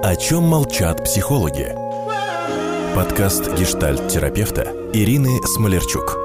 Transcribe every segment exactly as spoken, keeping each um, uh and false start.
О чем молчат психологи. Подкаст гештальт-терапевта Ирины Смолерчук.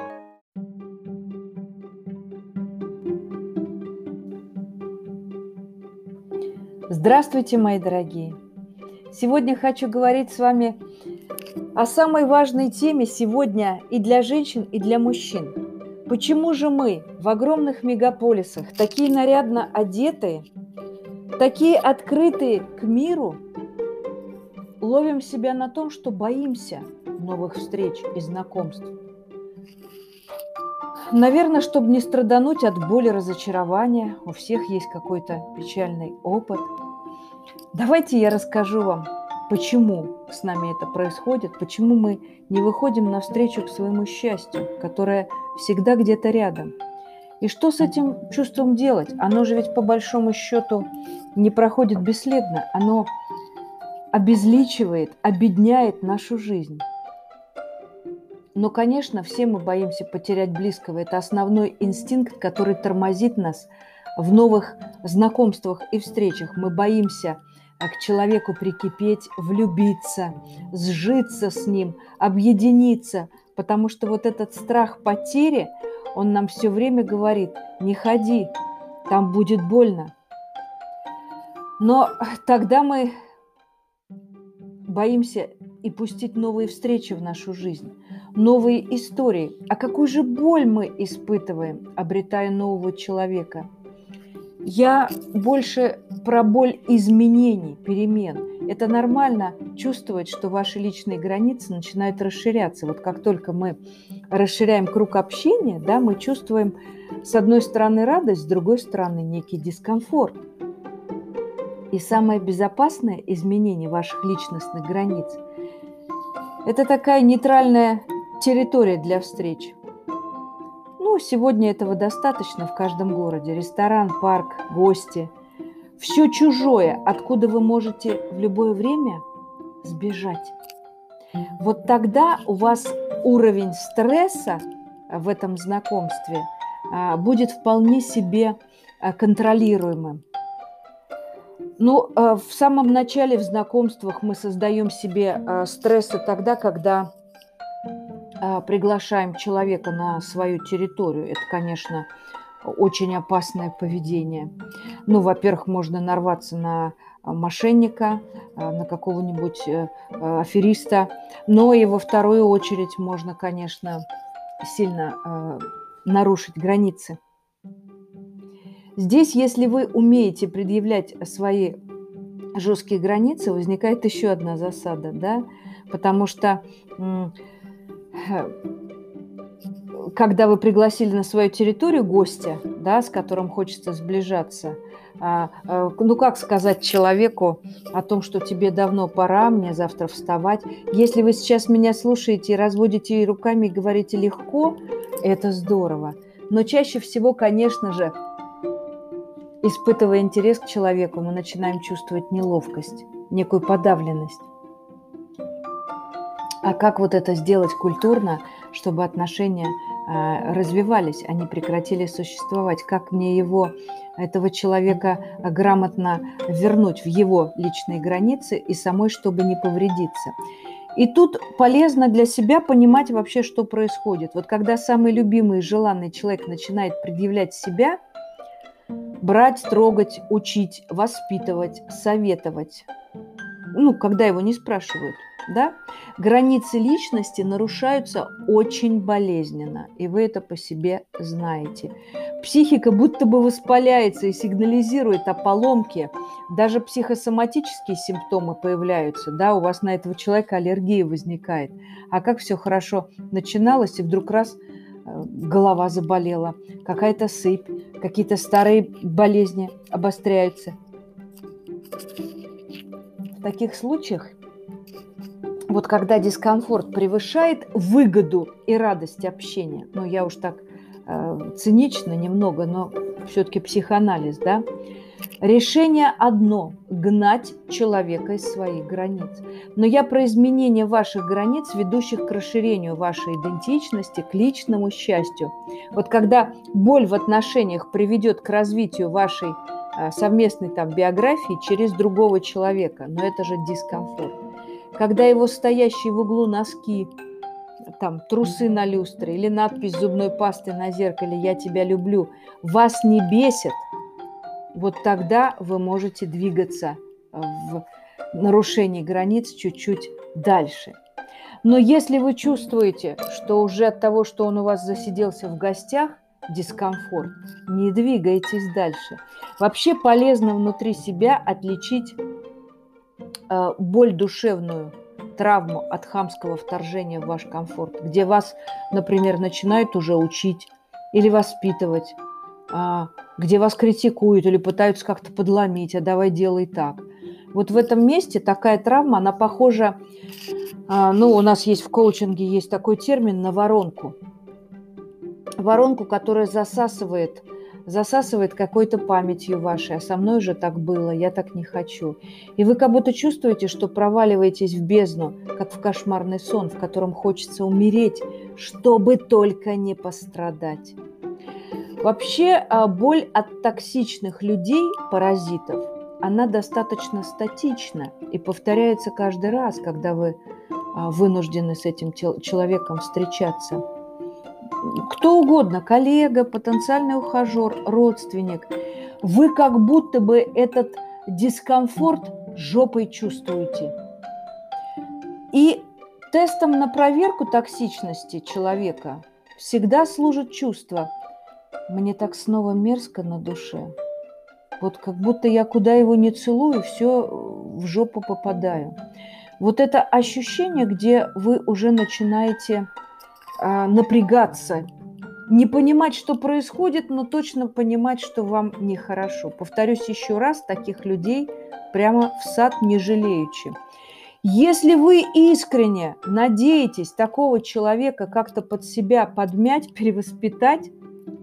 Здравствуйте, мои дорогие! Сегодня хочу говорить с вами о самой важной теме сегодня и для женщин, и для мужчин. Почему же мы в огромных мегаполисах такие нарядно одетые, такие открытые к миру, ловим себя на том, что боимся новых встреч и знакомств? Наверное, чтобы не страдануть от боли, разочарования, у всех есть какой-то печальный опыт. Давайте я расскажу вам, почему с нами это происходит, почему мы не выходим навстречу к своему счастью, которое всегда где-то рядом. И что с этим чувством делать? Оно же ведь по большому счету не проходит бесследно, оно обезличивает, обедняет нашу жизнь. Но, конечно, все мы боимся потерять близкого. Это основной инстинкт, который тормозит нас в новых знакомствах и встречах. Мы боимся к человеку прикипеть, влюбиться, сжиться с ним, объединиться, потому что вот этот страх потери, он нам все время говорит: не ходи, там будет больно. Но тогда мы боимся и пустить новые встречи в нашу жизнь, новые истории. А какую же боль мы испытываем, обретая нового человека? Я больше про боль изменений, перемен. Это нормально чувствовать, что ваши личные границы начинают расширяться. Вот как только мы расширяем круг общения, да, мы чувствуем с одной стороны радость, с другой стороны некий дискомфорт. И самое безопасное изменение ваших личностных границ – это такая нейтральная территория для встреч. Ну, сегодня этого достаточно в каждом городе. Ресторан, парк, гости. Все чужое, откуда вы можете в любое время сбежать. Вот тогда у вас уровень стресса в этом знакомстве будет вполне себе контролируемым. Ну, в самом начале в знакомствах мы создаем себе стрессы тогда, когда приглашаем человека на свою территорию. Это, конечно, очень опасное поведение. Ну, во-первых, можно нарваться на мошенника, на какого-нибудь афериста. Но и во вторую очередь можно, конечно, сильно нарушить границы. Здесь, если вы умеете предъявлять свои жесткие границы, возникает еще одна засада, да, потому что когда вы пригласили на свою территорию гостя, да, с которым хочется сближаться, ну как сказать человеку о том, что тебе давно пора, мне завтра вставать? Если вы сейчас меня слушаете и разводите руками и говорите легко, это здорово. Но чаще всего, конечно же, испытывая интерес к человеку, мы начинаем чувствовать неловкость, некую подавленность. А как вот это сделать культурно, чтобы отношения э, развивались, а не прекратили существовать? Как мне его, этого человека, грамотно вернуть в его личные границы и самой, чтобы не повредиться? И тут полезно для себя понимать вообще, что происходит. Вот когда самый любимый и желанный человек начинает предъявлять себя, брать, трогать, учить, воспитывать, советовать, ну, когда его не спрашивают, да, границы личности нарушаются очень болезненно, и вы это по себе знаете. Психика будто бы воспаляется и сигнализирует о поломке, даже психосоматические симптомы появляются, да, у вас на этого человека аллергия возникает. А как все хорошо начиналось, и вдруг раз голова заболела, какая-то сыпь, какие-то старые болезни обостряются. В таких случаях, вот когда дискомфорт превышает выгоду и радость общения, ну я уж так э, цинично немного, но все-таки психоанализ, да, решение одно – гнать человека из своих границ. Но я про изменение ваших границ, ведущих к расширению вашей идентичности, к личному счастью. Вот когда боль в отношениях приведет к развитию вашей совместной там биографии через другого человека, но это же дискомфорт. Когда его стоящие в углу носки, там трусы на люстре или надпись зубной пастой на зеркале «Я тебя люблю» вас не бесит, вот тогда вы можете двигаться в нарушении границ чуть-чуть дальше. Но если вы чувствуете, что уже от того, что он у вас засиделся в гостях, дискомфорт, не двигайтесь дальше. Вообще полезно внутри себя отличить э, боль душевную, травму от хамского вторжения в ваш комфорт, где вас, например, начинают уже учить или воспитывать, э, где вас критикуют или пытаются как-то подломить, а давай делай так. Вот в этом месте такая травма, она похожа, э, ну, у нас есть в коучинге есть такой термин на воронку. Воронку, которая засасывает, засасывает какой-то памятью вашей. А со мной уже так было, я так не хочу. И вы как будто чувствуете, что проваливаетесь в бездну, как в кошмарный сон, в котором хочется умереть, чтобы только не пострадать. Вообще, боль от токсичных людей, паразитов, она достаточно статична и повторяется каждый раз, когда вы вынуждены с этим человеком встречаться. Кто угодно, коллега, потенциальный ухажер, родственник, вы как будто бы этот дискомфорт жопой чувствуете. И тестом на проверку токсичности человека всегда служит чувство: мне так снова мерзко на душе. Вот как будто я куда его не целую, все в жопу попадаю. Вот это ощущение, где вы уже начинаете напрягаться, не понимать, что происходит, но точно понимать, что вам нехорошо. Повторюсь еще раз, таких людей прямо в сад не жалеючи. Если вы искренне надеетесь такого человека как-то под себя подмять, перевоспитать,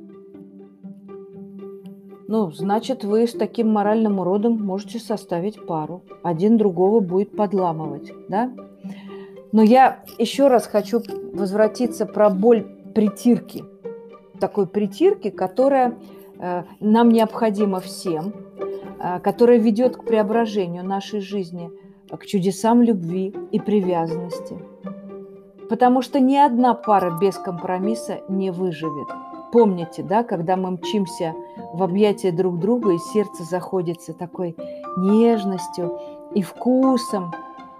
ну, значит, вы с таким моральным уродом можете составить пару. Один другого будет подламывать, да? Но я еще раз хочу возвратиться про боль притирки. Такой притирки, которая э, нам необходима всем, э, которая ведет к преображению нашей жизни, к чудесам любви и привязанности. Потому что ни одна пара без компромисса не выживет. Помните, да, когда мы мчимся в объятия друг друга, и сердце заходится такой нежностью и вкусом,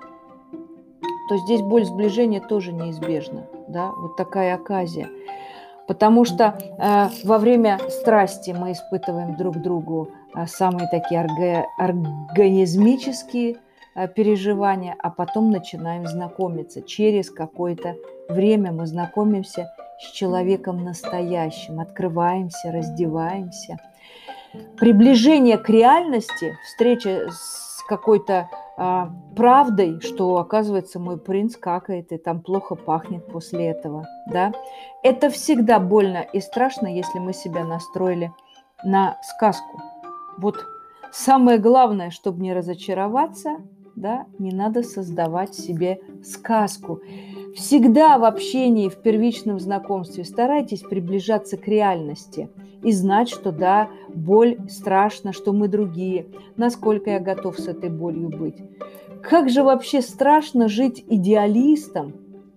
то здесь боль сближения тоже неизбежна, да, вот такая оказия. Потому что э, во время страсти мы испытываем друг другу э, самые такие орга- организмические э, переживания, а потом начинаем знакомиться. Через какое-то время мы знакомимся с человеком настоящим, открываемся, раздеваемся. Приближение к реальности, встреча с какой-то а, правдой, что, оказывается, мой принц какает и там плохо пахнет после этого, да, это всегда больно и страшно, если мы себя настроили на сказку. Вот самое главное, чтобы не разочароваться, да, не надо создавать себе сказку. Всегда в общении, в первичном знакомстве старайтесь приближаться к реальности и знать, что да, боль страшна, что мы другие, насколько я готов с этой болью быть. Как же вообще страшно жить идеалистом,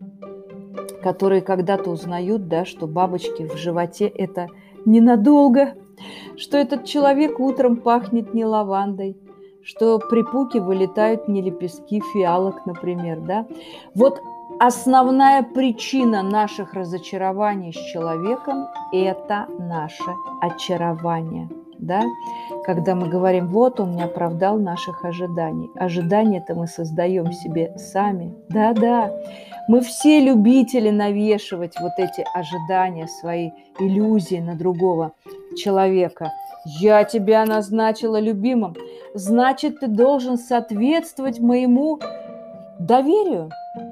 которые когда-то узнают, да, что бабочки в животе – это ненадолго, что этот человек утром пахнет не лавандой, что при пуке вылетают не лепестки фиалок, например, да. Вот основная причина наших разочарований с человеком – это наше очарование, да. Когда мы говорим: вот он не оправдал наших ожиданий. Ожидания-то мы создаем себе сами. Да-да, мы все любители навешивать вот эти ожидания, свои иллюзии на другого человека. Я тебя назначила любимым, значит, ты должен соответствовать моему доверию.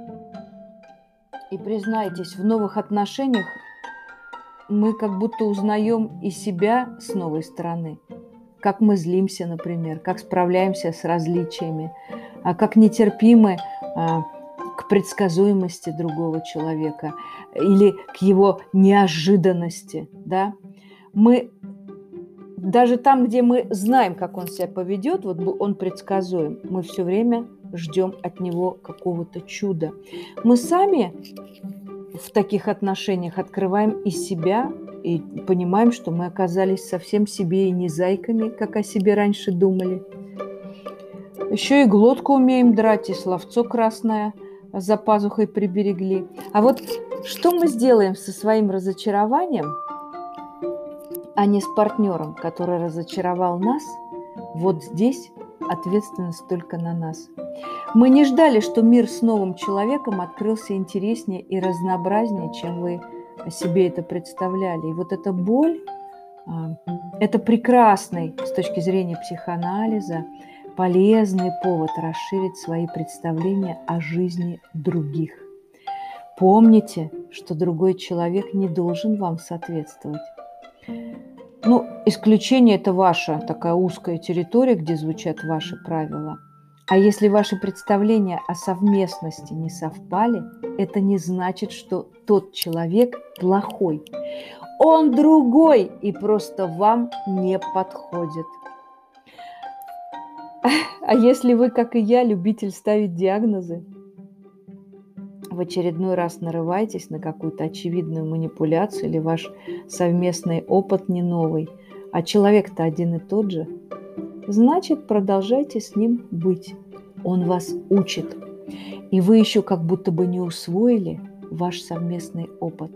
И признайтесь, в новых отношениях мы как будто узнаем и себя с новой стороны. Как мы злимся, например, как справляемся с различиями, как нетерпимы к предсказуемости другого человека или к его неожиданности. Да? Мы даже там, где мы знаем, как он себя поведет, вот он предсказуем, мы все время ждем от него какого-то чуда. Мы сами в таких отношениях открываем и себя, и понимаем, что мы оказались совсем себе и не зайками, как о себе раньше думали. Еще и глотку умеем драть, и словцо красное за пазухой приберегли. А вот что мы сделаем со своим разочарованием, а не с партнером, который разочаровал нас, вот здесь ответственность только на нас. Мы не ждали, что мир с новым человеком открылся интереснее и разнообразнее, чем вы себе это представляли. И вот эта боль, это прекрасный с точки зрения психоанализа, полезный повод расширить свои представления о жизни других. Помните, что другой человек не должен вам соответствовать. Ну, исключение – это ваша такая узкая территория, где звучат ваши правила. А если ваши представления о совместности не совпали, это не значит, что тот человек плохой. Он другой и просто вам не подходит. А если вы, как и я, любитель ставить диагнозы, в очередной раз нарываетесь на какую-то очевидную манипуляцию или ваш совместный опыт не новый, а человек-то один и тот же, значит, продолжайте с ним быть. Он вас учит. И вы еще как будто бы не усвоили ваш совместный опыт.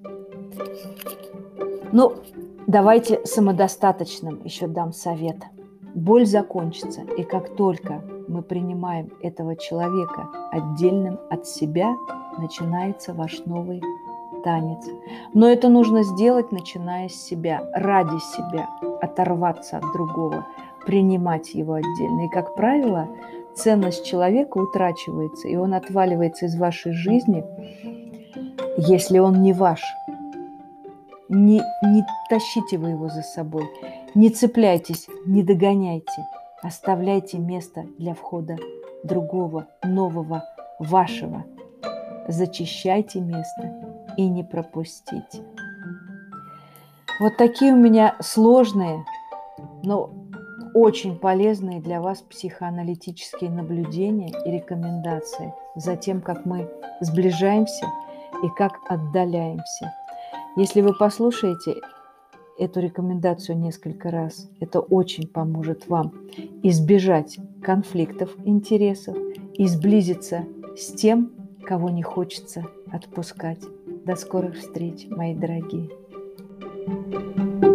Ну, давайте самодостаточным еще дам совет. Боль закончится, и как только мы принимаем этого человека отдельным от себя, начинается ваш новый танец. Но это нужно сделать, начиная с себя, ради себя, оторваться от другого, принимать его отдельно. И, как правило, ценность человека утрачивается, и он отваливается из вашей жизни, если он не ваш. Не, не тащите вы его за собой, не цепляйтесь, не догоняйте. Оставляйте место для входа другого, нового, вашего. Зачищайте место и не пропустите. Вот такие у меня сложные, но очень полезные для вас психоаналитические наблюдения и рекомендации за тем, как мы сближаемся и как отдаляемся. Если вы послушаете эту рекомендацию несколько раз, это очень поможет вам избежать конфликтов интересов и сблизиться с тем, кого не хочется отпускать. До скорых встреч, мои дорогие.